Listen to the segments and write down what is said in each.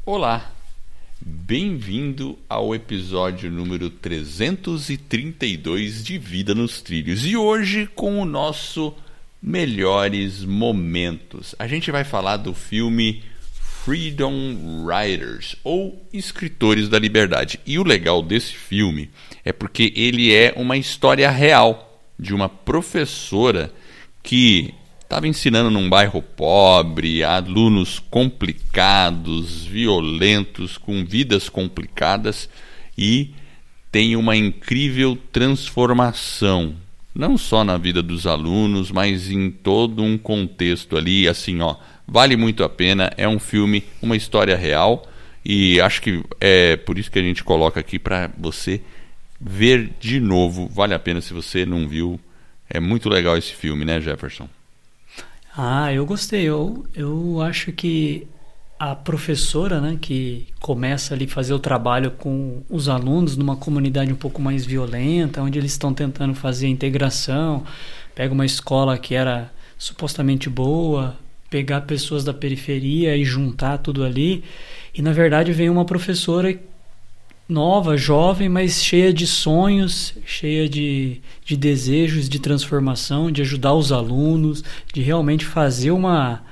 Olá, bem-vindo ao episódio número 332 de Vida nos Trilhos e hoje com o nosso Melhores Momentos. A gente vai falar do filme Freedom Writers, ou Escritores da Liberdade. E o legal desse filme é porque ele é uma história real de uma professora que estava ensinando num bairro pobre, alunos complicados, violentos, com vidas complicadas, e tem uma incrível transformação, não só na vida dos alunos, mas em todo um contexto ali, assim, vale muito a pena, é um filme, uma história real, e acho que é por isso que a gente coloca aqui para você ver de novo, vale a pena se você não viu, é muito legal esse filme, né, Jefferson? Eu gostei. Eu acho que a professora, né, que começa ali a fazer o trabalho com os alunos numa comunidade um pouco mais violenta, onde eles estão tentando fazer a integração, pega uma escola que era supostamente boa, pegar pessoas da periferia e juntar tudo ali, e na verdade vem uma professora nova, jovem, mas cheia de sonhos, cheia de desejos de transformação, de ajudar os alunos, de realmente fazer um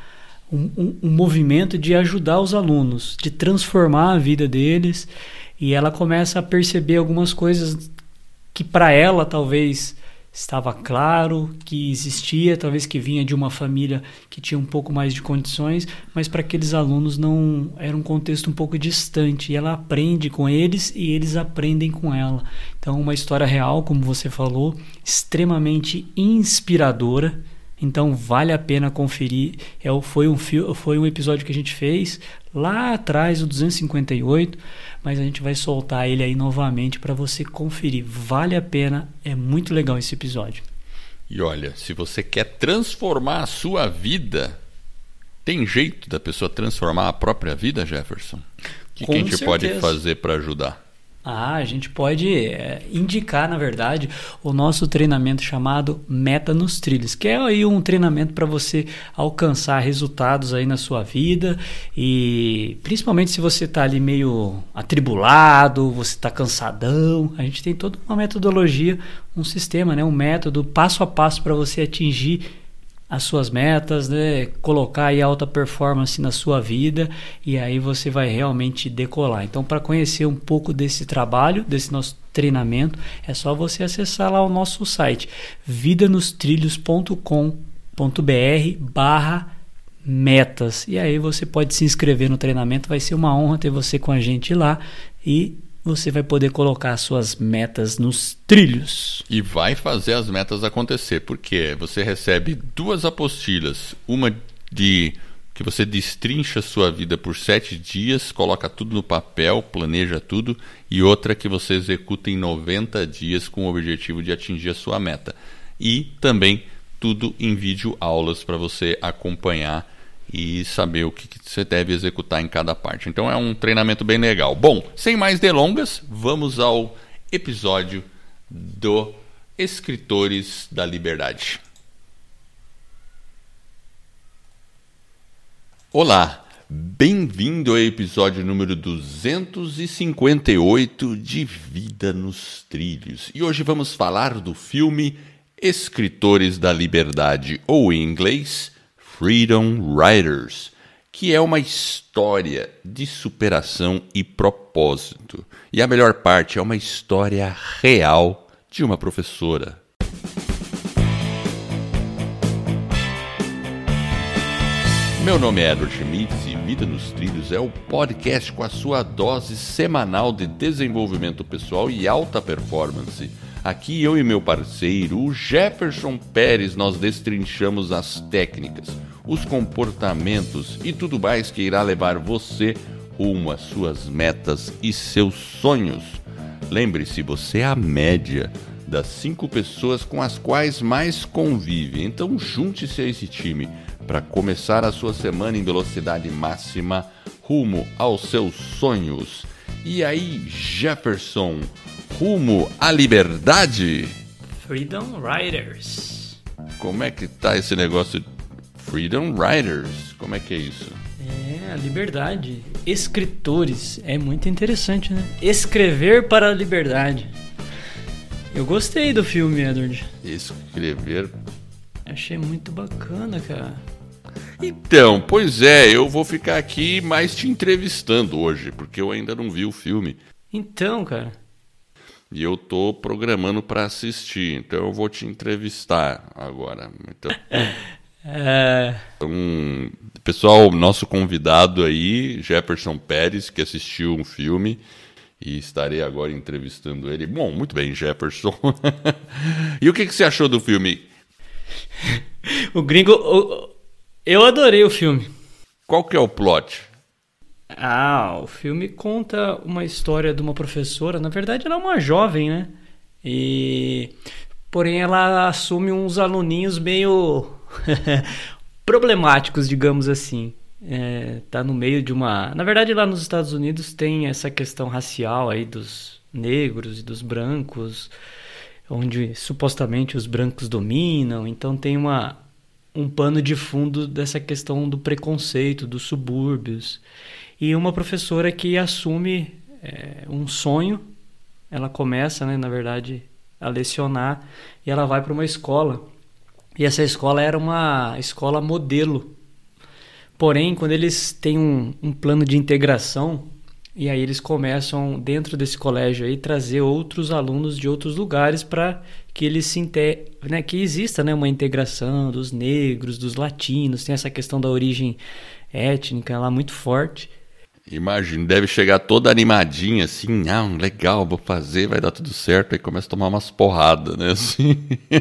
movimento de ajudar os alunos, de transformar a vida deles. E ela começa a perceber algumas coisas que para ela talvez estava claro que existia, talvez que vinha de uma família que tinha um pouco mais de condições, mas para aqueles alunos não era um contexto um pouco distante, e ela aprende com eles e eles aprendem com ela. Então uma história real, como você falou, extremamente inspiradora, então vale a pena conferir. Foi um episódio que a gente fez lá atrás, o 258, mas a gente vai soltar ele aí novamente para você conferir. Vale a pena, é muito legal esse episódio. E olha, se você quer transformar a sua vida, tem jeito da pessoa transformar a própria vida, Jefferson? O que a gente pode fazer para ajudar? A gente pode indicar, na verdade, o nosso treinamento chamado Meta nos Trilhos, que é aí um treinamento para você alcançar resultados aí na sua vida, e principalmente se você está ali meio atribulado, você está cansadão, a gente tem toda uma metodologia, um sistema, né, um método passo a passo para você atingir as suas metas, né? Colocar aí alta performance na sua vida, e aí você vai realmente decolar. Então, para conhecer um pouco desse trabalho, desse nosso treinamento, é só você acessar lá o nosso site vidanostrilhos.com.br/metas, e aí você pode se inscrever no treinamento. Vai ser uma honra ter você com a gente lá, e você vai poder colocar suas metas nos trilhos. E vai fazer as metas acontecer, porque você recebe 2 apostilas, uma de que você destrincha a sua vida por 7 dias, coloca tudo no papel, planeja tudo, e outra que você executa em 90 dias com o objetivo de atingir a sua meta. E também tudo em vídeo aulas para você acompanhar e saber o que você deve executar em cada parte. Então é um treinamento bem legal. Bom, sem mais delongas, vamos ao episódio do Escritores da Liberdade. Olá, bem-vindo ao episódio número 258 de Vida nos Trilhos. E hoje vamos falar do filme Escritores da Liberdade, ou em inglês Freedom Writers, que é uma história de superação e propósito. E a melhor parte, é uma história real de uma professora. Meu nome é Edward Schmitz e Vida nos Trilhos é o podcast com a sua dose semanal de desenvolvimento pessoal e alta performance. Aqui eu e meu parceiro, o Jefferson Pérez, nós destrinchamos as técnicas, os comportamentos e tudo mais que irá levar você rumo às suas metas e seus sonhos. Lembre-se, você é a média das 5 pessoas com as quais mais convive, então junte-se a esse time para começar a sua semana em velocidade máxima rumo aos seus sonhos. E aí, Jefferson, rumo à liberdade? Freedom Writers. Como é que tá esse negócio? Freedom Writers, como é que é isso? A liberdade. Escritores. É muito interessante, né? Escrever para a liberdade. Eu gostei do filme, Edward. Escrever. Achei muito bacana, cara. Então, pois é, eu vou ficar aqui mais te entrevistando hoje, porque eu ainda não vi o filme. Então, cara. E eu tô programando para assistir, então eu vou te entrevistar agora. Então, pessoal, nosso convidado aí, Jefferson Pérez, que assistiu um filme e estarei agora entrevistando ele. Bom, muito bem, Jefferson. E o que você achou do filme? O gringo... Eu adorei o filme. Qual que é o plot? O filme conta uma história de uma professora. Na verdade, ela é uma jovem, né? Porém, ela assume uns aluninhos meio problemáticos, digamos assim. Tá no meio de uma... Na verdade, lá nos Estados Unidos tem essa questão racial aí dos negros e dos brancos, onde supostamente os brancos dominam. Então tem um pano de fundo dessa questão do preconceito, dos subúrbios. E uma professora que assume um sonho, ela começa, né, na verdade, a lecionar, e ela vai para uma escola. E essa escola era uma escola modelo. Porém, quando eles têm um plano de integração, e aí eles começam, dentro desse colégio aí, trazer outros alunos de outros lugares para que eles que exista, né, uma integração dos negros, dos latinos, tem essa questão da origem étnica lá muito forte. Imagina, deve chegar toda animadinha, assim, legal, vou fazer, vai dar tudo certo, aí começa a tomar umas porradas, né, assim.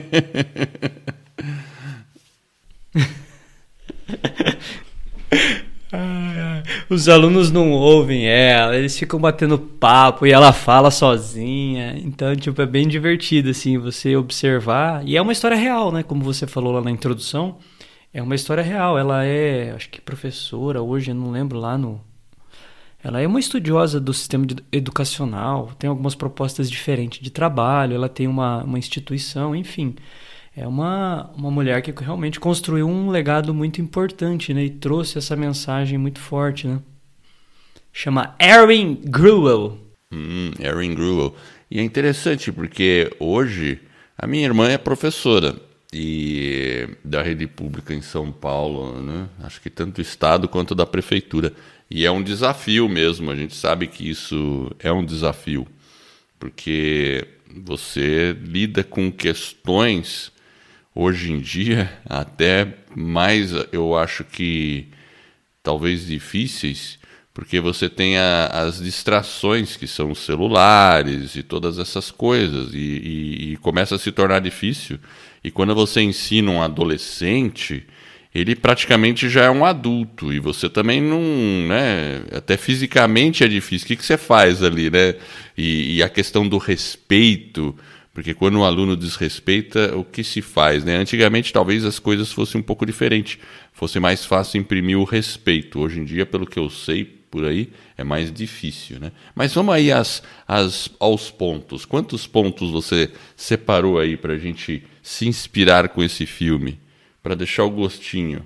Os alunos não ouvem ela, eles ficam batendo papo e ela fala sozinha. Então, tipo, é bem divertido, assim, você observar. E é uma história real, né? Como você falou lá na introdução, é uma história real. Ela é, acho que professora hoje, eu não lembro lá no... Ela é uma estudiosa do sistema educacional, tem algumas propostas diferentes de trabalho, ela tem uma instituição, enfim... É uma mulher que realmente construiu um legado muito importante, né? E trouxe essa mensagem muito forte, né? Chama Erin Gruwell. Erin Gruwell. E é interessante porque hoje a minha irmã é professora e da rede pública em São Paulo, né? Acho que tanto do estado quanto da prefeitura. E é um desafio mesmo, a gente sabe que isso é um desafio, porque você lida com questões... Hoje em dia, até mais, eu acho que talvez difíceis, porque você tem as distrações que são os celulares e todas essas coisas, e começa a se tornar difícil. E quando você ensina um adolescente, ele praticamente já é um adulto, e você também não, né, até fisicamente é difícil. O que você faz ali, né? E a questão do respeito... Porque quando o aluno desrespeita, o que se faz, né? Antigamente, talvez as coisas fossem um pouco diferentes. Fosse mais fácil imprimir o respeito. Hoje em dia, pelo que eu sei por aí, é mais difícil, né? Mas vamos aí aos pontos. Quantos pontos você separou aí para a gente se inspirar com esse filme? Para deixar o gostinho.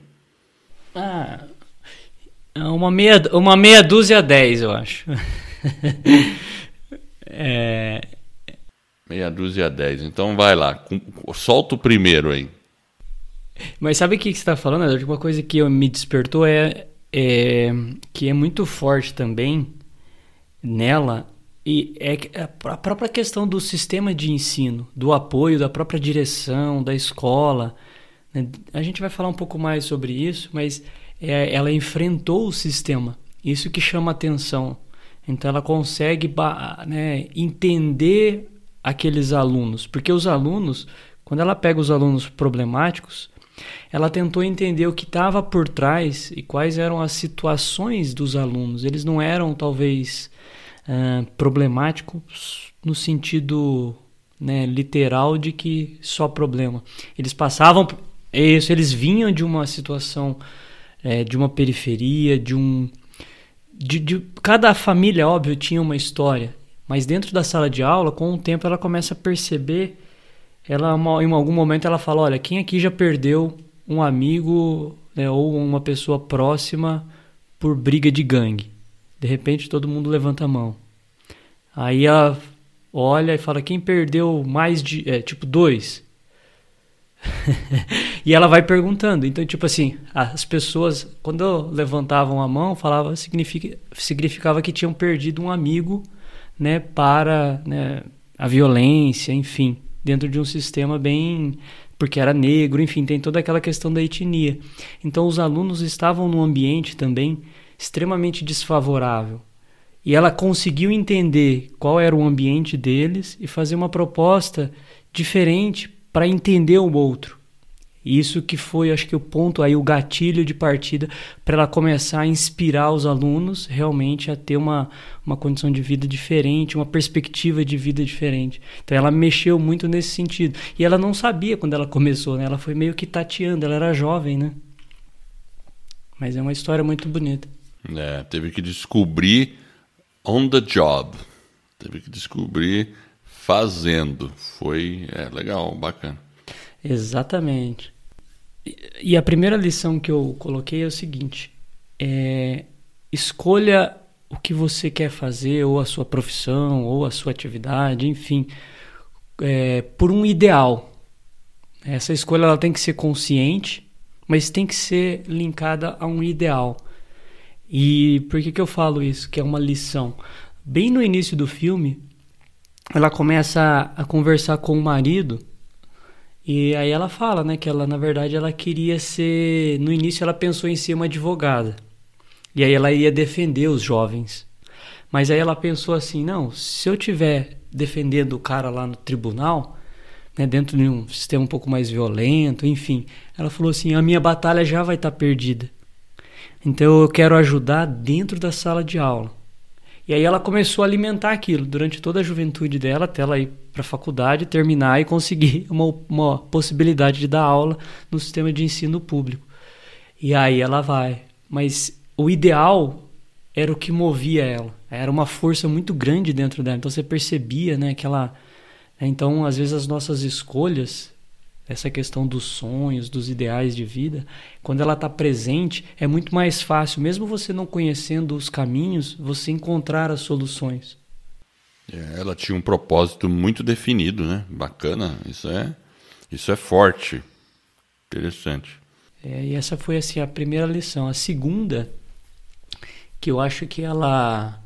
Uma meia dúzia a 10, eu acho. Meia dúzia a 10. Então vai lá, solta o primeiro aí. Mas sabe o que você está falando, Edward? Uma coisa que me despertou que é muito forte também nela, e é a própria questão do sistema de ensino, do apoio da própria direção, da escola. Né? A gente vai falar um pouco mais sobre isso, mas ela enfrentou o sistema. Isso que chama atenção. Então ela consegue entender aqueles alunos, porque os alunos, quando ela pega os alunos problemáticos, ela tentou entender o que estava por trás e quais eram as situações dos alunos. Eles não eram, talvez, problemáticos no sentido, né, literal de que só problema. Eles passavam... eles vinham de uma situação, de uma periferia, cada família, óbvio, tinha uma história. Mas dentro da sala de aula, com o tempo, ela começa a perceber, em algum momento ela fala, olha, quem aqui já perdeu um amigo, né, ou uma pessoa próxima por briga de gangue. De repente todo mundo levanta a mão. Aí ela olha e fala, quem perdeu mais de... tipo 2. E ela vai perguntando. Então, tipo assim, as pessoas, quando levantavam a mão, significava que tinham perdido um amigo, né, para, né, a violência, enfim, dentro de um sistema bem... porque era negro, enfim, tem toda aquela questão da etnia. Então, os alunos estavam num ambiente também extremamente desfavorável. E ela conseguiu entender qual era o ambiente deles e fazer uma proposta diferente para entender o outro. Isso que foi, acho que o ponto aí, o gatilho de partida para ela começar a inspirar os alunos realmente a ter uma condição de vida diferente, uma perspectiva de vida diferente. Então ela mexeu muito nesse sentido. E ela não sabia quando ela começou, né? Ela foi meio que tateando, ela era jovem, né? Mas é uma história muito bonita. Teve que descobrir on the job. Teve que descobrir fazendo. Foi legal, bacana. Exatamente. E a primeira lição que eu coloquei é o seguinte: escolha o que você quer fazer, ou a sua profissão, ou a sua atividade, enfim, por um ideal. Essa escolha ela tem que ser consciente, mas tem que ser linkada a um ideal. E por que eu falo isso? Que é uma lição. Bem no início do filme, ela começa a conversar com o marido. E aí ela fala, né, que ela, na verdade, ela queria ser... No início ela pensou em ser uma advogada. E aí ela ia defender os jovens. Mas aí ela pensou assim, não, se eu estiver defendendo o cara lá no tribunal, né, dentro de um sistema um pouco mais violento, enfim, ela falou assim, a minha batalha já vai estar perdida. Então eu quero ajudar dentro da sala de aula. E aí ela começou a alimentar aquilo durante toda a juventude dela, até ela ir para a faculdade, terminar e conseguir uma possibilidade de dar aula no sistema de ensino público. E aí ela vai. Mas o ideal era o que movia ela. Era uma força muito grande dentro dela. Então você percebia, né, que ela... Então, às vezes, as nossas escolhas, essa questão dos sonhos, dos ideais de vida, quando ela está presente, é muito mais fácil, mesmo você não conhecendo os caminhos, você encontrar as soluções. Ela tinha um propósito muito definido, né? Bacana, isso é forte, interessante. E essa foi assim, a primeira lição. A segunda, que eu acho que ela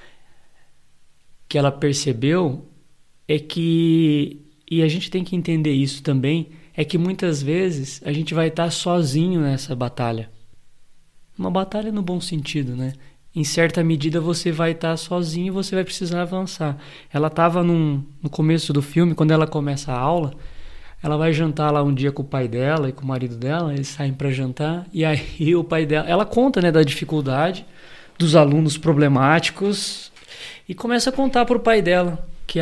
percebeu, é que, e a gente tem que entender isso também, é que muitas vezes a gente vai estar sozinho nessa batalha. Uma batalha no bom sentido, né? Em certa medida você vai estar sozinho e você vai precisar avançar. Ela estava no começo do filme, quando ela começa a aula, ela vai jantar lá um dia com o pai dela e com o marido dela, eles saem para jantar, e aí o pai dela, ela conta, né, da dificuldade dos alunos problemáticos e começa a contar para o pai dela que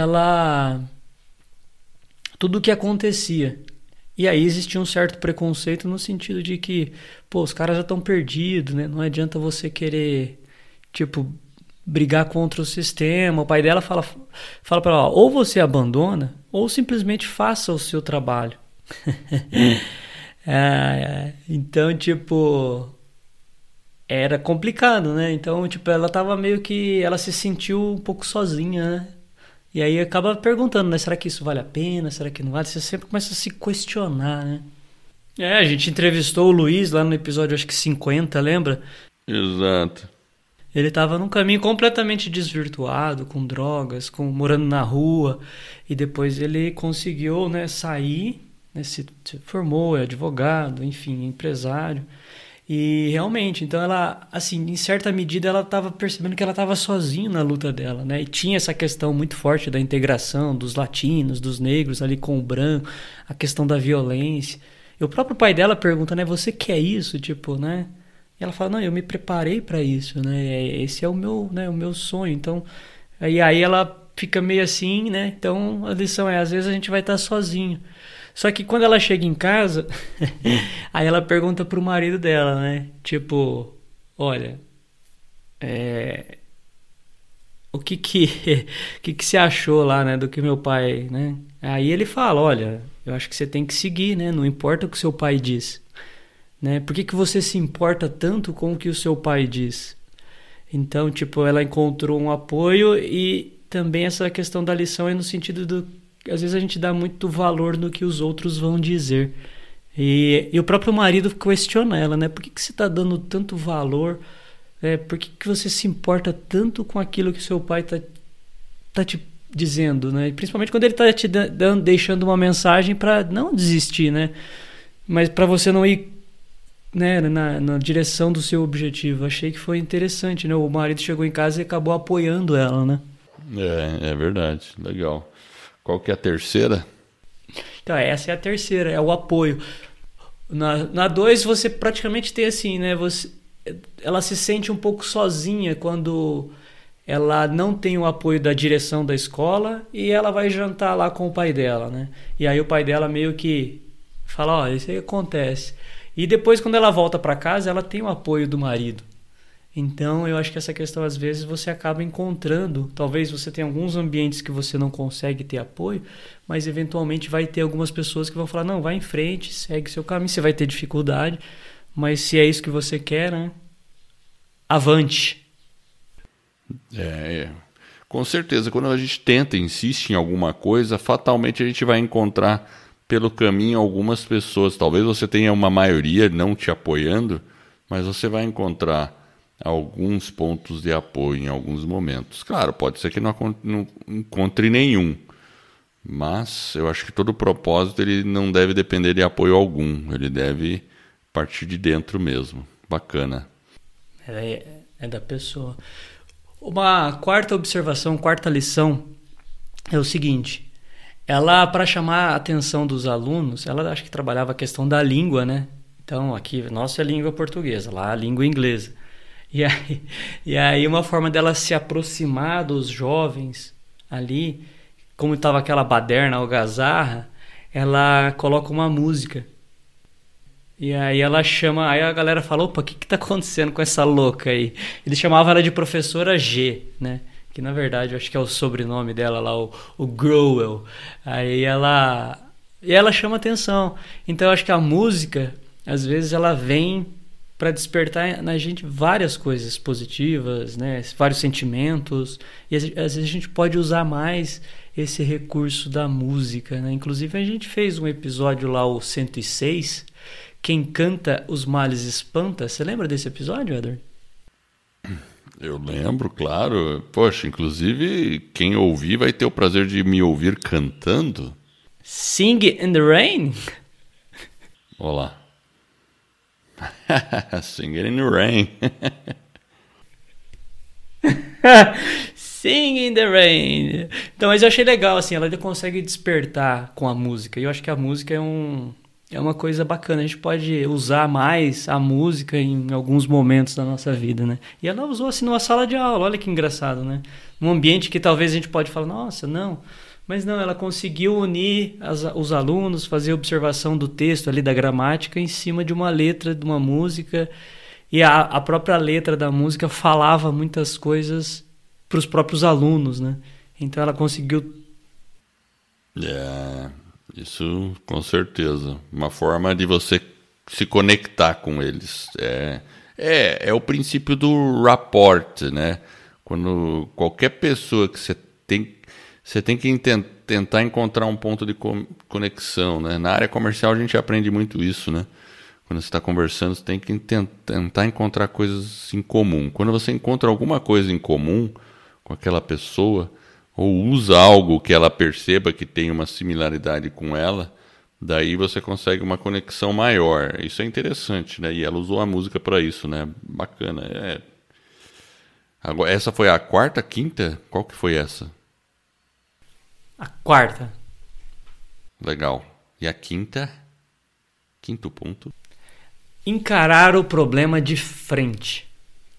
tudo o que acontecia. E aí existia um certo preconceito no sentido de que, os caras já estão perdidos, né? Não adianta você querer, brigar contra o sistema. O pai dela fala para ela, ou você abandona, ou simplesmente faça o seu trabalho. Então, era complicado, né? Então, ela tava meio que... Ela se sentiu um pouco sozinha, né? E aí acaba perguntando, né? Será que isso vale a pena? Será que não vale? Você sempre começa a se questionar, né? A gente entrevistou o Luiz lá no episódio, acho que 50, lembra? Exato. Ele estava num caminho completamente desvirtuado, com drogas, morando na rua. E depois ele conseguiu, né, sair, né, se formou, é advogado, enfim, empresário. E realmente, então ela, assim, em certa medida ela estava percebendo que ela estava sozinha na luta dela, né? E tinha essa questão muito forte da integração dos latinos, dos negros ali com o branco, a questão da violência. E o próprio pai dela pergunta, né? Você quer isso? Né? E ela fala, não, eu me preparei para isso, né? Esse é o meu, né, o meu sonho. Então, aí ela fica meio assim, né? Então a lição às vezes a gente vai estar sozinho. Só que quando ela chega em casa, aí ela pergunta pro marido dela, né? Olha, o que você achou lá, né? Do que meu pai, né? Aí ele fala, olha, eu acho que você tem que seguir, né? Não importa o que seu pai diz. né? Por que que você se importa tanto com o que o seu pai diz? Então, tipo, ela encontrou um apoio e também essa questão da lição é no sentido do... Às vezes a gente dá muito valor no que os outros vão dizer. E o próprio marido questiona ela, né? Por que que você está dando tanto valor? Por que que você se importa tanto com aquilo que seu pai tá te dizendo, né? E principalmente quando ele está te deixando uma mensagem para não desistir, né? Mas para você não ir, né, na direção do seu objetivo. Achei que foi interessante, né? O marido chegou em casa e acabou apoiando ela, né? É verdade. Legal. Qual que é a terceira? Então, essa é a terceira, é o apoio. Na 2, você praticamente tem assim, né? Ela se sente um pouco sozinha quando ela não tem o apoio da direção da escola e ela vai jantar lá com o pai dela, né? E aí o pai dela meio que fala, ó, isso aí acontece. E depois, quando ela volta para casa, ela tem o apoio do marido. Então, eu acho que essa questão, às vezes, você acaba encontrando. Talvez você tenha alguns ambientes que você não consegue ter apoio, mas eventualmente vai ter algumas pessoas que vão falar, não, vai em frente, segue seu caminho, você vai ter dificuldade, mas se é isso que você quer, né? Avante. Com certeza, quando a gente insiste em alguma coisa, fatalmente a gente vai encontrar pelo caminho algumas pessoas. Talvez você tenha uma maioria não te apoiando, mas você vai encontrar alguns pontos de apoio em alguns momentos. Claro, pode ser que não encontre nenhum, mas eu acho que todo propósito ele não deve depender de apoio algum, ele deve partir de dentro mesmo. Bacana. É da pessoa. Uma quarta observação, quarta lição é o seguinte: ela, para chamar a atenção dos alunos, ela acho que trabalhava a questão da língua, né? Então, aqui, nossa é a língua portuguesa, lá a língua inglesa. E aí uma forma dela se aproximar dos jovens ali, como estava aquela baderna, algazarra, ela coloca uma música. E aí ela chama, aí a galera fala, opa, o que tá acontecendo com essa louca aí? Ele chamava ela de professora G, né? Que na verdade eu acho que é o sobrenome dela lá, o Growell. Aí ela chama atenção. Então eu acho que a música, às vezes ela vem para despertar na gente várias coisas positivas, né? Vários sentimentos, e às vezes a gente pode usar mais esse recurso da música, né? Inclusive a gente fez um episódio lá, o 106, Quem Canta os Males Espanta. Você lembra desse episódio, Edward? Eu lembro, claro. Poxa, inclusive quem ouvir vai ter o prazer de me ouvir cantando. Sing in the Rain? Olá. Sing It in the Rain. Sing in the Rain. Então, mas eu achei legal, assim, ela consegue despertar com a música. E eu acho que a música é uma coisa bacana. A gente pode usar mais a música em alguns momentos da nossa vida, né? E ela usou assim numa sala de aula. Olha que engraçado, né? Num ambiente que talvez a gente pode falar, nossa, não... Mas não, ela conseguiu unir os alunos, fazer observação do texto ali, da gramática, em cima de uma letra, de uma música. E a própria letra da música falava muitas coisas para os próprios alunos, né? Então ela conseguiu... Isso com certeza. Uma forma de você se conectar com eles. É o princípio do rapport, né? Quando qualquer pessoa que você tem que tentar encontrar um ponto de conexão, né? Na área comercial a gente aprende muito isso, né? Quando você está conversando, você tem que tentar encontrar coisas em comum. Quando você encontra alguma coisa em comum com aquela pessoa, ou usa algo que ela perceba que tem uma similaridade com ela, daí você consegue uma conexão maior. Isso é interessante, né? E ela usou a música para isso, né? Bacana. Agora, essa foi a quarta, quinta? Qual que foi essa? A quarta. Legal. E a quinta? Quinto ponto. Encarar o problema de frente.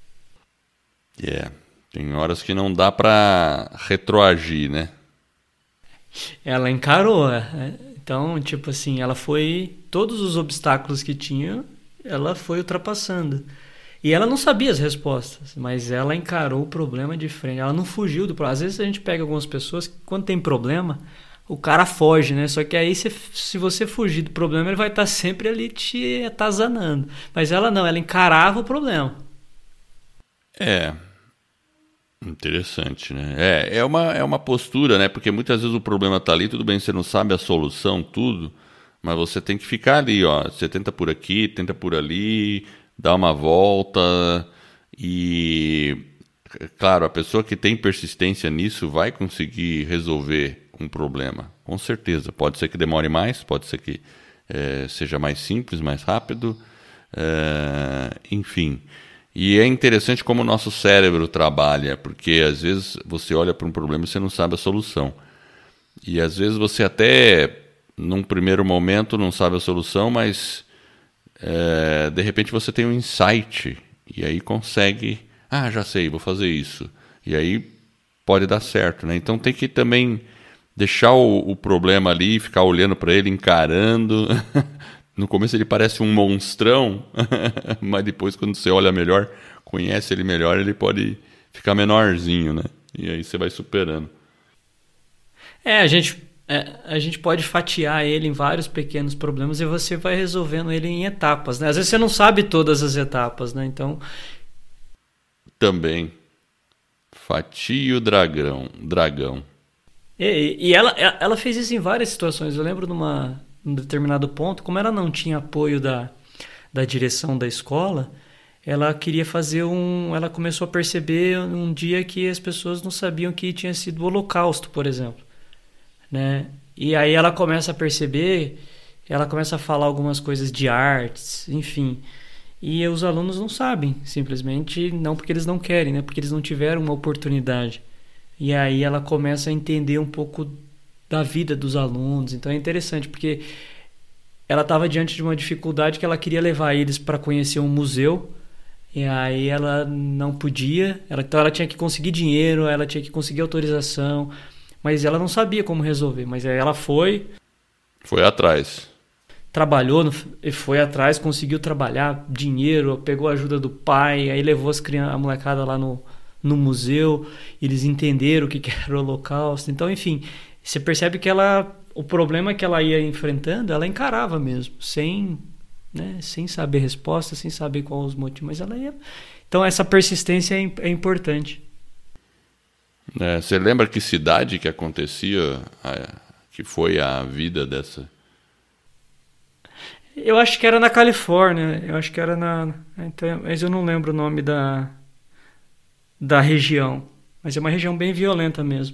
Tem horas que não dá pra retroagir, né? Ela encarou. Então, tipo assim, ela foi... Todos os obstáculos que tinha, ela foi ultrapassando. E ela não sabia as respostas, mas ela encarou o problema de frente. Ela não fugiu do problema. Às vezes a gente pega algumas pessoas que, quando tem problema, o cara foge, né? Só que aí se você fugir do problema, ele vai estar sempre ali te atazanando. Mas ela não, ela encarava o problema. É, interessante, né? É uma postura, né? Porque muitas vezes o problema tá ali, tudo bem, você não sabe a solução, tudo, mas você tem que ficar ali, ó. Você tenta por aqui, tenta por ali, dá uma volta e, claro, a pessoa que tem persistência nisso vai conseguir resolver um problema, com certeza. Pode ser que demore mais, pode ser que seja mais simples, mais rápido, enfim. E é interessante como o nosso cérebro trabalha, porque às vezes você olha para um problema e você não sabe a solução. E às vezes você até, num primeiro momento, não sabe a solução, mas de repente você tem um insight e aí consegue, já sei, vou fazer isso. E aí pode dar certo, né? Então tem que também deixar o problema ali e ficar olhando para ele, encarando. No começo ele parece um monstrão, mas depois quando você olha melhor, conhece ele melhor, ele pode ficar menorzinho, né? E aí você vai superando. A gente pode fatiar ele em vários pequenos problemas e você vai resolvendo ele em etapas, né? Às vezes você não sabe todas as etapas, né? Então... Também. Fatia o dragão. E ela fez isso em várias situações. Eu lembro num determinado ponto, como ela não tinha apoio da direção da escola, ela queria fazer ela começou a perceber um dia que as pessoas não sabiam que tinha sido o Holocausto, por exemplo, né? E aí ela começa a perceber, ela começa a falar algumas coisas de artes, enfim, e os alunos não sabem, simplesmente não porque eles não querem, né? Porque eles não tiveram uma oportunidade. E aí ela começa a entender um pouco da vida dos alunos. Então é interessante, porque ela estava diante de uma dificuldade que ela queria levar eles para conhecer um museu, e aí ela não podia, então ela tinha que conseguir dinheiro, ela tinha que conseguir autorização, mas ela não sabia como resolver. Mas aí ela foi atrás, trabalhou, foi atrás, conseguiu trabalhar, dinheiro, pegou a ajuda do pai, aí levou a molecada lá no museu, eles entenderam o que era o Holocausto. Então, enfim, você percebe que o problema que ela ia enfrentando, ela encarava mesmo, sem saber a resposta, sem saber quais os motivos, mas ela ia... Então essa persistência é importante. Você lembra que cidade que acontecia, que foi a vida dessa? Eu acho que era na Califórnia, então, mas eu não lembro o nome da região, mas é uma região bem violenta mesmo.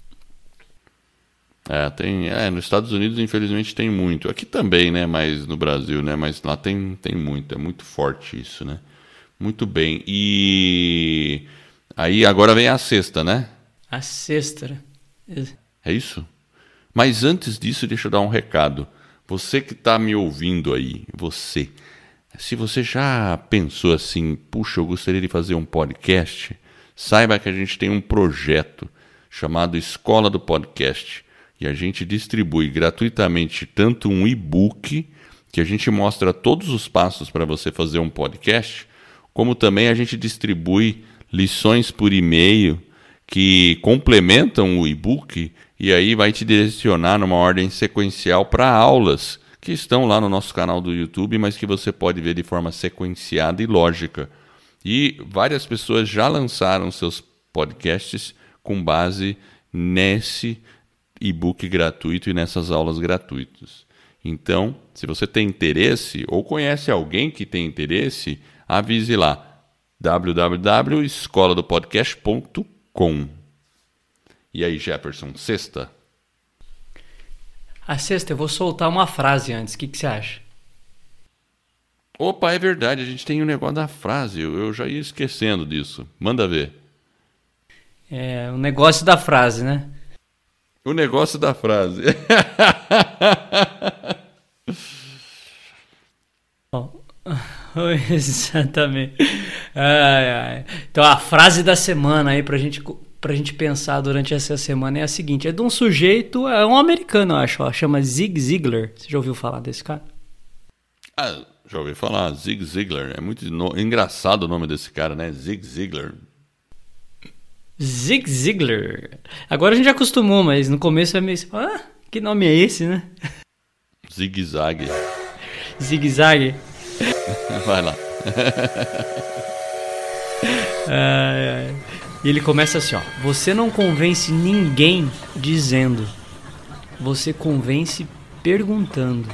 Nos Estados Unidos infelizmente tem muito, aqui também, né, mas no Brasil, né, mas lá tem muito, é muito forte isso, né? Muito bem. E aí agora vem a sexta, né? A sexta. É isso? Mas antes disso, deixa eu dar um recado. Você que está me ouvindo aí, se você já pensou assim, puxa, eu gostaria de fazer um podcast, saiba que a gente tem um projeto chamado Escola do Podcast. E a gente distribui gratuitamente tanto um e-book, que a gente mostra todos os passos para você fazer um podcast, como também a gente distribui lições por e-mail que complementam o e-book e aí vai te direcionar numa ordem sequencial para aulas que estão lá no nosso canal do YouTube, mas que você pode ver de forma sequenciada e lógica. E várias pessoas já lançaram seus podcasts com base nesse e-book gratuito e nessas aulas gratuitas. Então, se você tem interesse ou conhece alguém que tem interesse, avise lá, www.escoladopodcast.com. E aí, Jefferson, sexta? A sexta, eu vou soltar uma frase antes, o que você acha? Opa, é verdade, a gente tem um negócio da frase, eu já ia esquecendo disso. Manda ver. O negócio da frase, né? O negócio da frase. Exatamente. Então a frase da semana aí pra gente pensar durante essa semana é a seguinte: é de um sujeito, é um americano, eu acho, chama Zig Ziglar. Você já ouviu falar desse cara? Já ouvi falar, Zig Ziglar. É muito engraçado o nome desse cara, né? Zig Ziglar. Zig Ziglar. Agora a gente já acostumou, mas no começo é meio... Que nome é esse, né? Zigue-zague. Zigue-zague. Vai lá. E ele começa assim, ó. Você não convence ninguém dizendo. Você convence perguntando.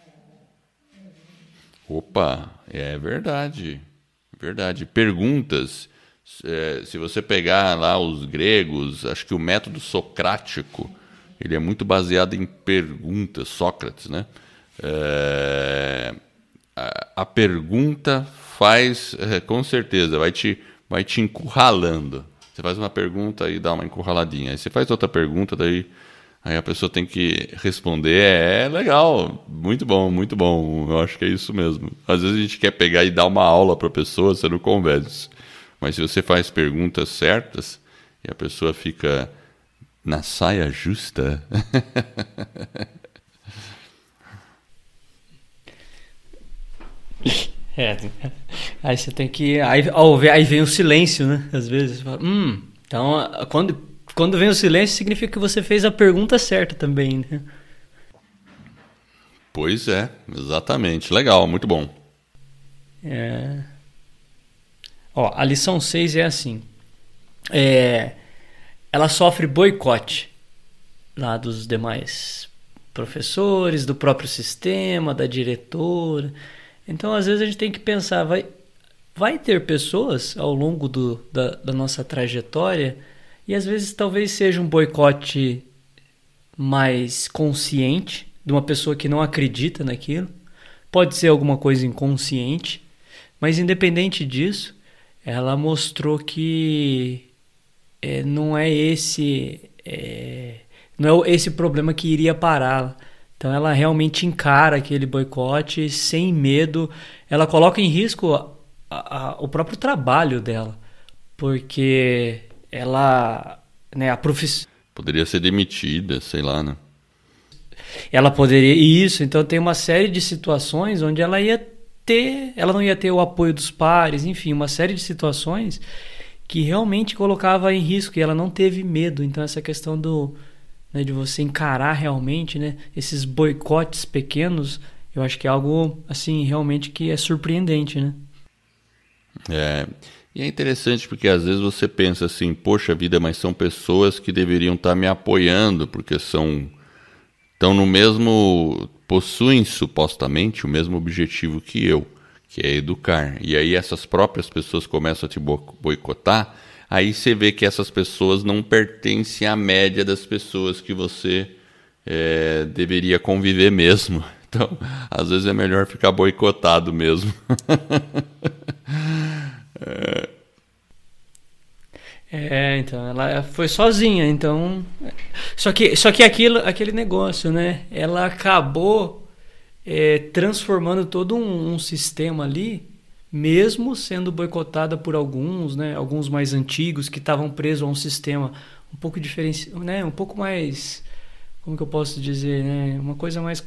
Opa, é verdade. Verdade. Perguntas. Se você pegar lá os gregos, acho que o método socrático, ele é muito baseado em perguntas, Sócrates, né? A pergunta faz, com certeza, vai te encurralando. Você faz uma pergunta e dá uma encurraladinha. Aí você faz outra pergunta, daí a pessoa tem que responder. É legal, muito bom. Eu acho que é isso mesmo. Às vezes a gente quer pegar e dar uma aula para a pessoa, você não convence. Mas se você faz perguntas certas e a pessoa fica na saia justa... Aí você tem que... Aí vem o silêncio, né? Às vezes você fala, então quando vem o silêncio significa que você fez a pergunta certa também, né? Pois é, exatamente. Legal, muito bom. A lição 6 é assim. Ela sofre boicote lá dos demais professores, do próprio sistema, da diretora. Então, às vezes, a gente tem que pensar, vai ter pessoas ao longo da nossa trajetória, e às vezes talvez seja um boicote mais consciente, de uma pessoa que não acredita naquilo. Pode ser alguma coisa inconsciente, mas independente disso, ela mostrou que não é esse problema que iria pará-la. Então ela realmente encara aquele boicote sem medo. Ela coloca em risco o próprio trabalho dela, porque ela, né, a profissão... Poderia ser demitida, sei lá, né? Ela poderia... Isso, então tem uma série de situações onde ela não ia ter o apoio dos pares, enfim, uma série de situações que realmente colocava em risco, e ela não teve medo. Então essa questão de você encarar realmente, né, esses boicotes pequenos, eu acho que é algo assim realmente que é surpreendente, né? E é interessante porque às vezes você pensa assim, poxa vida, mas são pessoas que deveriam estar me apoiando, porque estão no mesmo, possuem supostamente o mesmo objetivo que eu, que é educar. E aí essas próprias pessoas começam a te boicotar. Aí você vê que essas pessoas não pertencem à média das pessoas que você deveria conviver mesmo. Então, às vezes é melhor ficar boicotado mesmo. Então, ela foi sozinha, então... Só que aquele negócio, né? Ela acabou transformando todo um sistema ali, mesmo sendo boicotada por alguns, né, alguns mais antigos que estavam presos a um sistema um pouco diferente, né, um pouco mais, como que eu posso dizer, né, uma coisa mais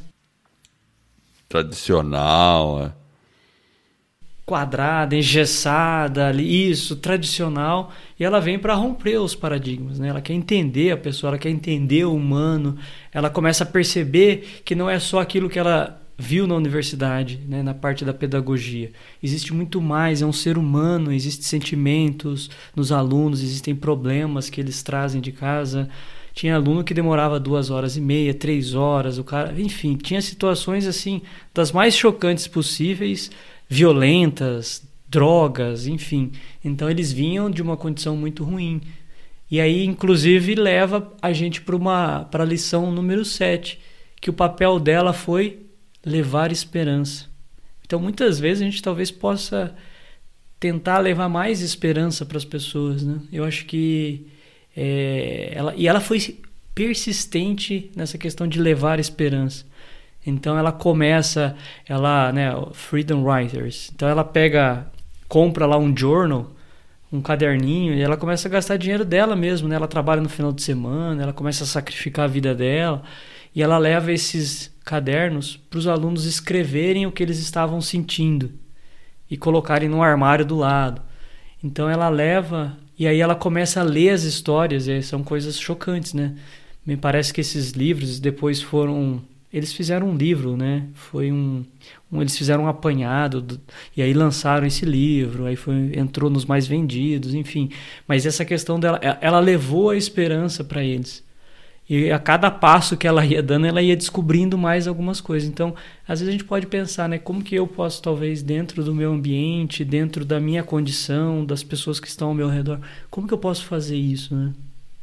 tradicional, quadrada, engessada, isso, tradicional, e ela vem para romper os paradigmas, né? Ela quer entender a pessoa, ela quer entender o humano, ela começa a perceber que não é só aquilo que ela viu na universidade, né, na parte da pedagogia. Existe muito mais, é um ser humano, existem sentimentos nos alunos, existem problemas que eles trazem de casa. Tinha aluno que demorava 2h30, 3 horas, o cara, enfim, tinha situações assim, das mais chocantes possíveis, violentas, drogas, enfim. Então eles vinham de uma condição muito ruim. E aí, inclusive, leva a gente para a lição número 7, que o papel dela foi levar esperança. Então, muitas vezes a gente talvez possa tentar levar mais esperança para as pessoas, né? Eu acho que ela foi persistente nessa questão de levar esperança. Então, ela começa, né, Freedom Writers. Então, ela compra lá um journal, um caderninho, e ela começa a gastar dinheiro dela mesmo, né? Ela trabalha no final de semana, ela começa a sacrificar a vida dela, e ela leva esses cadernos para os alunos escreverem o que eles estavam sentindo e colocarem no armário do lado. Então ela leva, e aí ela começa a ler as histórias, e são coisas chocantes, né? Me parece que esses livros depois foram... Eles fizeram um livro, né? Eles fizeram um apanhado e aí lançaram esse livro, aí entrou nos mais vendidos, enfim. Mas essa questão dela, ela levou a esperança para eles. E a cada passo que ela ia dando, ela ia descobrindo mais algumas coisas. Então, às vezes a gente pode pensar, né? Como que eu posso, talvez, dentro do meu ambiente, dentro da minha condição, das pessoas que estão ao meu redor, como que eu posso fazer isso, né?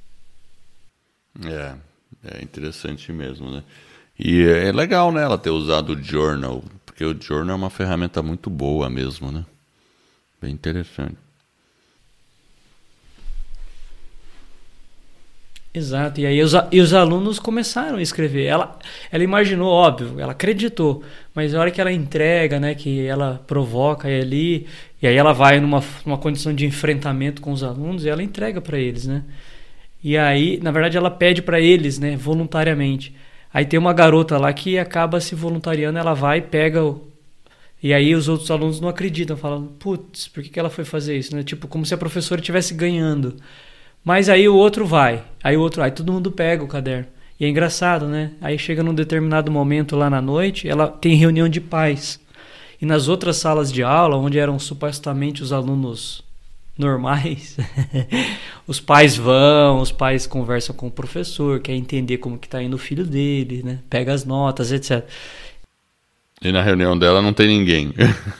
É interessante mesmo, né? E é legal, né, ela ter usado o journal, porque o journal é uma ferramenta muito boa mesmo, né? Bem interessante. Exato, e aí os alunos começaram a escrever. Ela imaginou, óbvio, ela acreditou, mas na hora que ela entrega, né, que ela provoca ali, e aí ela vai numa condição de enfrentamento com os alunos, e ela entrega para eles, né? E aí, na verdade, ela pede para eles, né, voluntariamente. Aí tem uma garota lá que acaba se voluntariando, ela vai e pega e aí os outros alunos não acreditam, falam, putz, por que ela foi fazer isso, né? Tipo, como se a professora estivesse ganhando. Mas aí o outro vai, aí todo mundo pega o caderno. E é engraçado, né? Aí chega num determinado momento lá na noite, ela tem reunião de pais. E nas outras salas de aula, onde eram supostamente os alunos normais, os pais conversam com o professor, quer entender como que tá indo o filho dele, né? Pega as notas, etc. E na reunião dela não tem ninguém.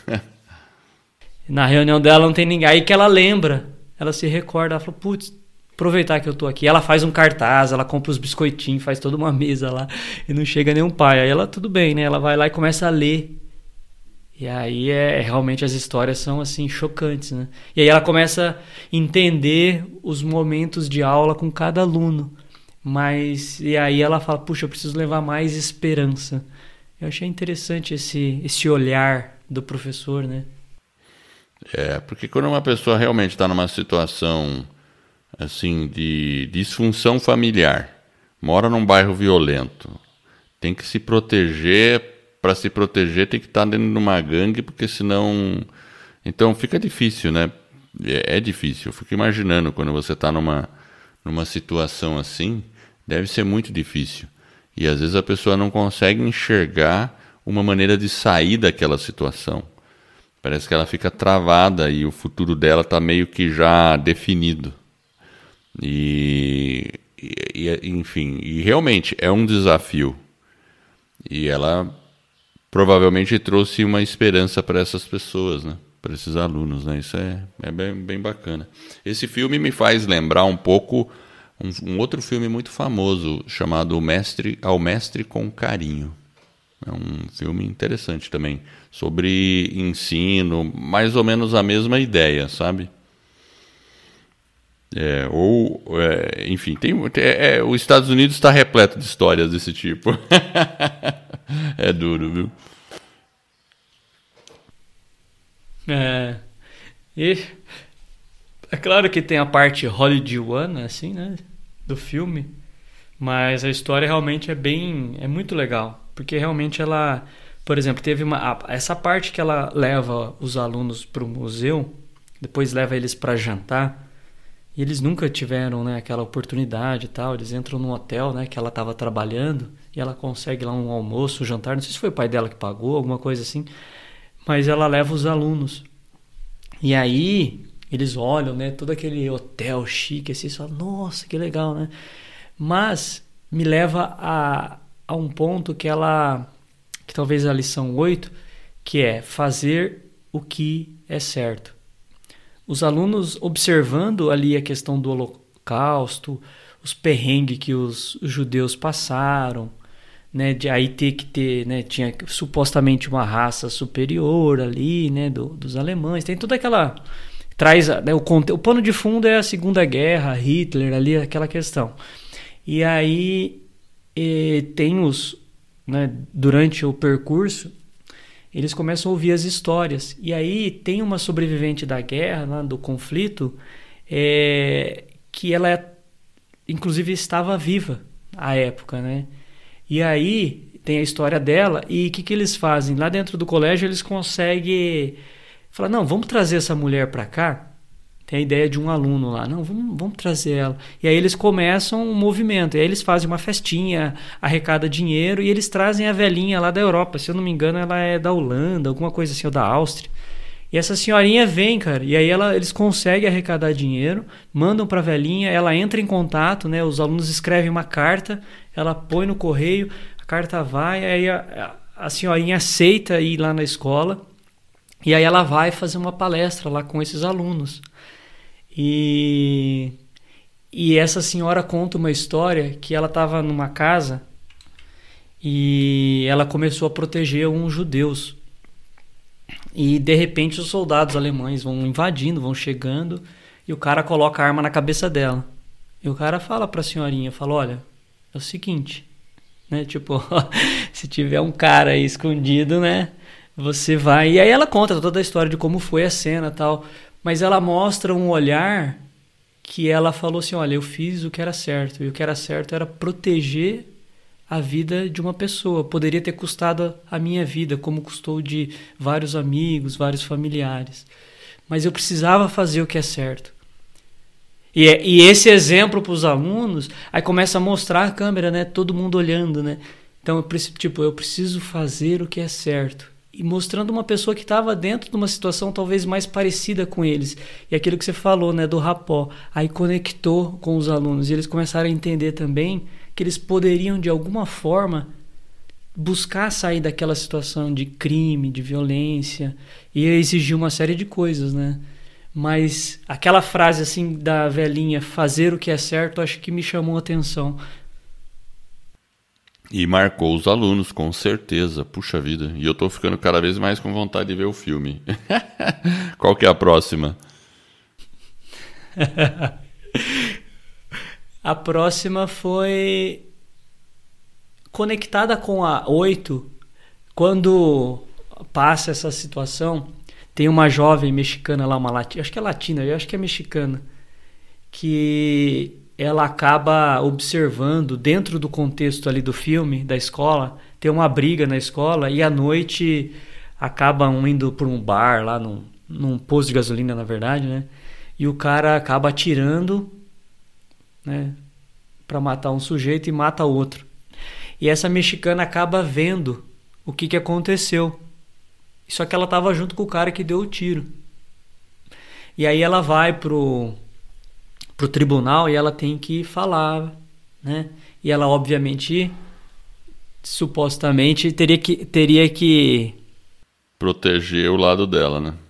Na reunião dela não tem ninguém. Aí que ela lembra, ela se recorda, ela fala, putz, aproveitar que eu tô aqui. Ela faz um cartaz, ela compra os biscoitinhos, faz toda uma mesa lá e não chega nenhum pai. Aí ela, tudo bem, né? Ela vai lá e começa a ler. E aí realmente as histórias são assim chocantes, né? E aí ela começa a entender os momentos de aula com cada aluno. E aí ela fala, puxa, eu preciso levar mais esperança. Eu achei interessante esse olhar do professor, né? Porque quando uma pessoa realmente está numa situação assim de disfunção familiar, mora num bairro violento, tem que se proteger. Para se proteger tem que estar dentro de uma gangue, porque senão... Então fica difícil, né? É difícil. Eu fico imaginando quando você está numa situação assim, deve ser muito difícil. E às vezes a pessoa não consegue enxergar uma maneira de sair daquela situação. Parece que ela fica travada e o futuro dela está meio que já definido. Enfim, e realmente é um desafio. E ela... provavelmente trouxe uma esperança para essas pessoas, né? Para esses alunos, né? Isso é bem bacana. Esse filme me faz lembrar um pouco um outro filme muito famoso chamado Ao Mestre com Carinho. É um filme interessante também, sobre ensino, mais ou menos a mesma ideia, sabe? Enfim, os Estados Unidos está repleto de histórias desse tipo. É duro, viu? E é claro que tem a parte hollywoodiana, assim, né, do filme, mas a história realmente é muito legal, porque realmente ela, por exemplo, teve essa parte que ela leva os alunos para o museu, depois leva eles para jantar. E eles nunca tiveram, né, aquela oportunidade e tal. Eles entram num hotel, né, que ela estava trabalhando e ela consegue lá um almoço, um jantar. Não sei se foi o pai dela que pagou, alguma coisa assim. Mas ela leva os alunos. E aí eles olham, né, todo aquele hotel chique assim, só, nossa, que legal, né? Mas me leva a um ponto que talvez a lição 8, que é fazer o que é certo. Os alunos observando ali a questão do Holocausto, os perrengues que os judeus passaram, né, de aí ter que ter, né, tinha supostamente uma raça superior ali, né, dos alemães, tem toda aquela... né, o pano de fundo é a Segunda Guerra, Hitler ali, aquela questão. E aí tem né, durante o percurso, eles começam a ouvir as histórias. E aí tem uma sobrevivente da guerra, né, do conflito, que ela, inclusive, estava viva à época, né? E aí tem a história dela. E o que eles fazem? Lá dentro do colégio, eles conseguem falar, não, vamos trazer essa mulher para cá, tem a ideia de um aluno lá. Não, vamos trazer ela. E aí eles começam um movimento. E aí eles fazem uma festinha, arrecada dinheiro e eles trazem a velhinha lá da Europa. Se eu não me engano, ela é da Holanda, alguma coisa assim, ou da Áustria. E essa senhorinha vem, cara. E aí eles conseguem arrecadar dinheiro, mandam pra velhinha, ela entra em contato, né? Os alunos escrevem uma carta, ela põe no correio, a carta vai, aí a senhorinha aceita ir lá na escola. E aí ela vai fazer uma palestra lá com esses alunos. E essa senhora conta uma história que ela estava numa casa e ela começou a proteger uns judeus. E de repente os soldados alemães vão invadindo, vão chegando e o cara coloca a arma na cabeça dela. E o cara fala para a senhorinha, fala, olha, é o seguinte, né? Tipo, se tiver um cara aí escondido, né? Você vai... E aí ela conta toda a história de como foi a cena e tal. Mas ela mostra um olhar que ela falou assim, olha, eu fiz o que era certo. E o que era certo era proteger a vida de uma pessoa. Poderia ter custado a minha vida, como custou de vários amigos, vários familiares. Mas eu precisava fazer o que é certo. E esse exemplo para os alunos, aí começa a mostrar a câmera, né? Todo mundo olhando, né? Então, eu preciso fazer o que é certo. E mostrando uma pessoa que estava dentro de uma situação talvez mais parecida com eles. E aquilo que você falou, né, do rapó. Aí conectou com os alunos. E eles começaram a entender também que eles poderiam, de alguma forma, buscar sair daquela situação de crime, de violência. E exigir uma série de coisas, né? Mas aquela frase assim da velhinha, fazer o que é certo, acho que me chamou a atenção. E marcou os alunos, com certeza. Puxa vida. E eu tô ficando cada vez mais com vontade de ver o filme. Qual que é a próxima? A próxima foi conectada com a 8. Quando passa essa situação, tem uma jovem mexicana lá, uma latina, acho que é latina, eu acho que é mexicana, que... ela acaba observando, dentro do contexto ali do filme, da escola, tem uma briga na escola e à noite acabam indo por um bar lá, num posto de gasolina, na verdade, né? E o cara acaba atirando, né, para matar um sujeito e mata outro. E essa mexicana acaba vendo o que aconteceu. Só que ela estava junto com o cara que deu o tiro. E aí ela vai pro tribunal e ela tem que falar, né? E ela, obviamente, supostamente, teria que proteger o lado dela, né?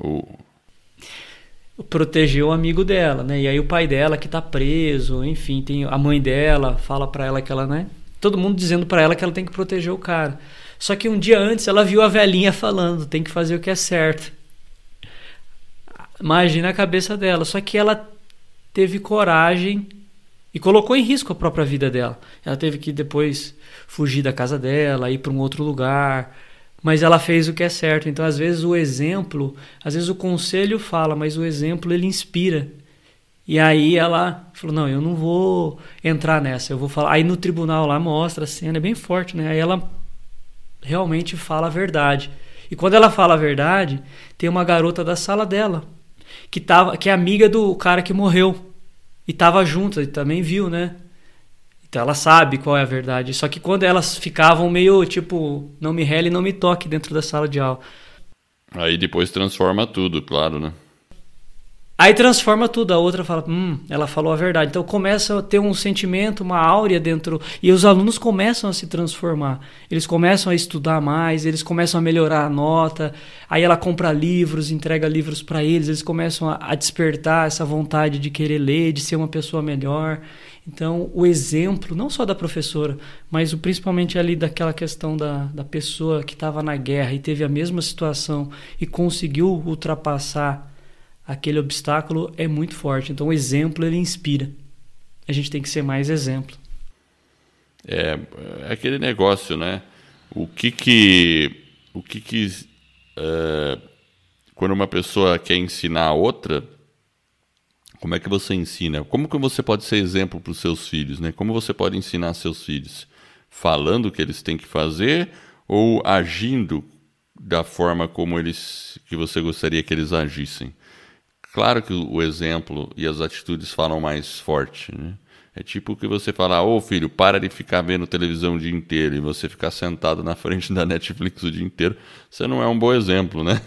Proteger o amigo dela, né? E aí o pai dela que tá preso, enfim, tem a mãe dela, fala pra ela que ela, né? Todo mundo dizendo pra ela que ela tem que proteger o cara. Só que um dia antes ela viu a velhinha falando, tem que fazer o que é certo. Imagina a cabeça dela. Só que ela teve coragem e colocou em risco a própria vida dela. Ela teve que depois fugir da casa dela, ir para um outro lugar, mas ela fez o que é certo. Então, às vezes o exemplo, às vezes o conselho fala, mas o exemplo ele inspira. E aí ela falou, não, eu não vou entrar nessa, eu vou falar. Aí no tribunal lá mostra a cena, é bem forte, né? Aí ela realmente fala a verdade. E quando ela fala a verdade, tem uma garota da sala dela, que é amiga do cara que morreu. E estava junto, e também viu, né? Então ela sabe qual é a verdade. Só que quando elas ficavam meio tipo, não me rele, não me toque dentro da sala de aula. Aí depois transforma tudo, claro, né? Aí transforma tudo, a outra fala, ela falou a verdade. Então começa a ter um sentimento, uma áurea dentro, e os alunos começam a se transformar. Eles começam a estudar mais, eles começam a melhorar a nota, aí ela compra livros, entrega livros para eles começam a despertar essa vontade de querer ler, de ser uma pessoa melhor. Então o exemplo, não só da professora, mas principalmente ali daquela questão da pessoa que estava na guerra e teve a mesma situação e conseguiu ultrapassar aquele obstáculo, é muito forte. Então o exemplo ele inspira. A gente tem que ser mais exemplo. É aquele negócio, né? Quando uma pessoa quer ensinar a outra, como é que você ensina? Como que você pode ser exemplo para os seus filhos, né? Como você pode ensinar seus filhos? Falando o que eles têm que fazer ou agindo da forma como que você gostaria que eles agissem? claro que o exemplo e as atitudes falam mais forte, né? É tipo que você falar, ô filho, para de ficar vendo televisão o dia inteiro e você ficar sentado na frente da Netflix o dia inteiro. Você não é um bom exemplo, né?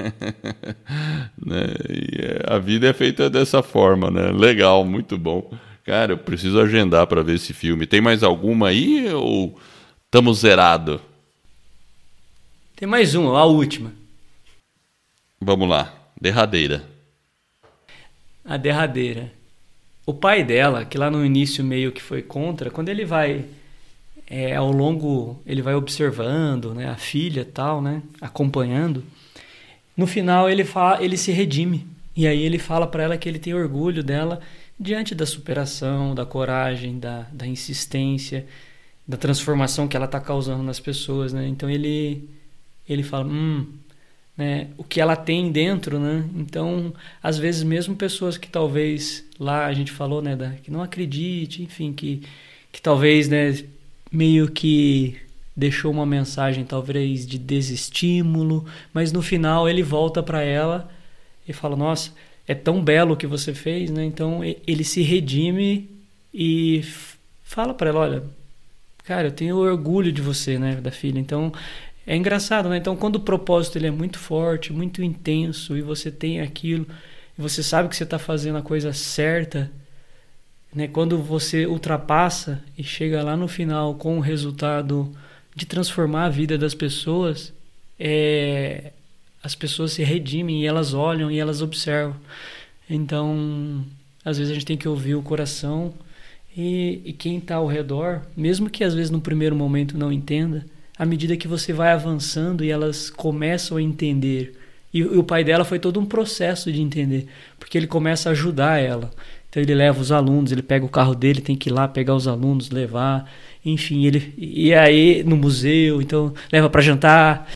Né? A vida é feita dessa forma, né? Legal, muito bom. Cara, eu preciso agendar para ver esse filme. Tem mais alguma aí ou estamos zerado? Tem mais uma, a última. Vamos lá, derradeira. A derradeira. O pai dela, que lá no início meio que foi contra, quando ele vai ao longo, ele vai observando, né, a filha e tal, né, acompanhando, no final ele se redime. E aí ele fala para ela que ele tem orgulho dela diante da superação, da coragem, da insistência, da transformação que ela está causando nas pessoas, né? Então ele fala, né, o que ela tem dentro, né? Então, às vezes mesmo pessoas que talvez lá a gente falou, né, que não acredite, enfim, que talvez, né, meio que deixou uma mensagem talvez de desestímulo, mas no final ele volta para ela e fala, nossa, é tão belo o que você fez, né? Então ele se redime e fala para ela, olha, cara, eu tenho orgulho de você, né, da filha. Então é engraçado, né? Então quando o propósito ele é muito forte, muito intenso e você tem aquilo, e você sabe que você está fazendo a coisa certa, né? Quando você ultrapassa e chega lá no final com o resultado de transformar a vida das pessoas, as pessoas se redimem e elas olham e elas observam. Então, às vezes a gente tem que ouvir o coração e quem está ao redor, mesmo que às vezes no primeiro momento não entenda, à medida que você vai avançando e elas começam a entender. E o pai dela foi todo um processo de entender, porque ele começa a ajudar ela. Então ele leva os alunos, ele pega o carro dele, tem que ir lá pegar os alunos, levar, enfim, e aí no museu, então leva para jantar.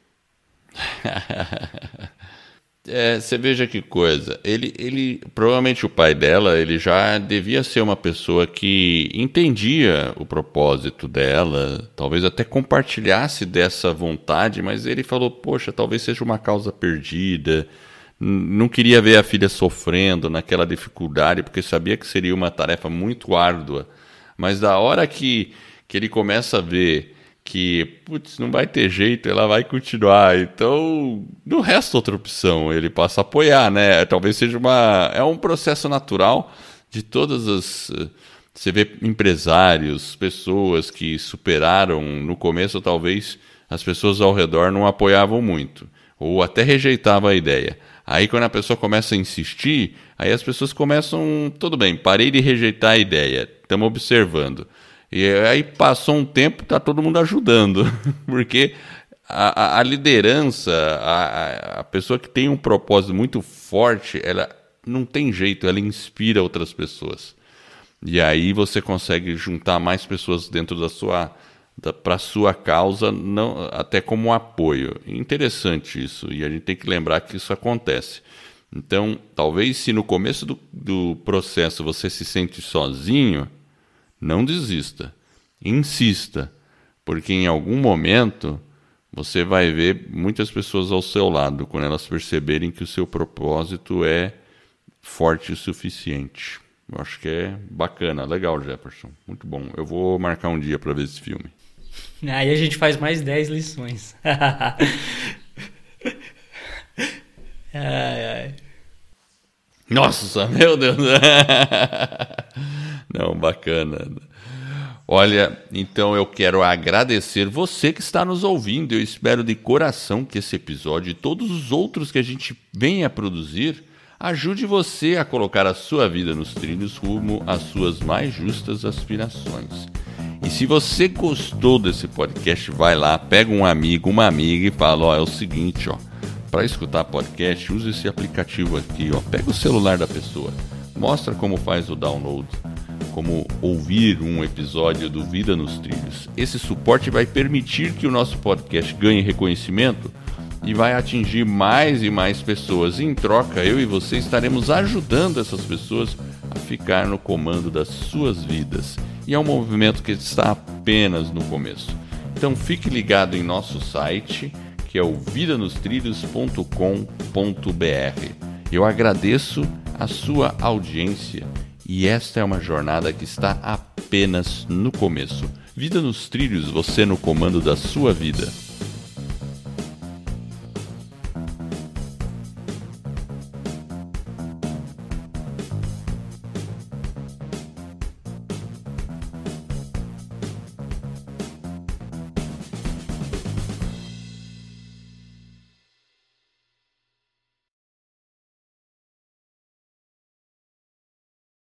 Você veja que coisa, ele provavelmente o pai dela, ele já devia ser uma pessoa que entendia o propósito dela, talvez até compartilhasse dessa vontade, mas ele falou, poxa, talvez seja uma causa perdida, não queria ver a filha sofrendo naquela dificuldade, porque sabia que seria uma tarefa muito árdua, mas da hora que ele começa a ver que, putz, não vai ter jeito, ela vai continuar, então não resta outra opção, ele passa a apoiar, né? Talvez seja um processo natural de todas as... Você vê empresários, pessoas que superaram, no começo talvez as pessoas ao redor não apoiavam muito, ou até rejeitavam a ideia. Aí quando a pessoa começa a insistir, aí as pessoas começam, tudo bem, parei de rejeitar a ideia, estamos observando. E aí passou um tempo, está todo mundo ajudando, porque a liderança, a pessoa que tem um propósito muito forte, ela não tem jeito, ela inspira outras pessoas. E aí você consegue juntar mais pessoas dentro para a sua causa, não, até como um apoio. Interessante isso, e a gente tem que lembrar que isso acontece. Então, talvez se no começo do processo você se sente sozinho, não desista, insista, porque em algum momento você vai ver muitas pessoas ao seu lado, quando elas perceberem que o seu propósito é forte o suficiente. Eu acho que é bacana, legal, Jefferson, muito bom. Eu vou marcar um dia para ver esse filme. Aí a gente faz mais 10 lições. Ai. Nossa, meu Deus! Não, bacana. Olha, então eu quero agradecer você que está nos ouvindo. Eu espero de coração que esse episódio e todos os outros que a gente venha a produzir ajude você a colocar a sua vida nos trilhos rumo às suas mais justas aspirações. E se você gostou desse podcast, vai lá, pega um amigo, uma amiga e fala, é o seguinte, para escutar podcast, use esse aplicativo aqui, pega o celular da pessoa, mostra como faz o download, como ouvir um episódio do Vida nos Trilhos. Esse suporte vai permitir que o nosso podcast ganhe reconhecimento e vai atingir mais e mais pessoas. Em troca, eu e você estaremos ajudando essas pessoas a ficar no comando das suas vidas. E é um movimento que está apenas no começo. Então fique ligado em nosso site, que é o vidanostrilhos.com.br. Eu agradeço a sua audiência e esta é uma jornada que está apenas no começo. Vida nos trilhos, você no comando da sua vida.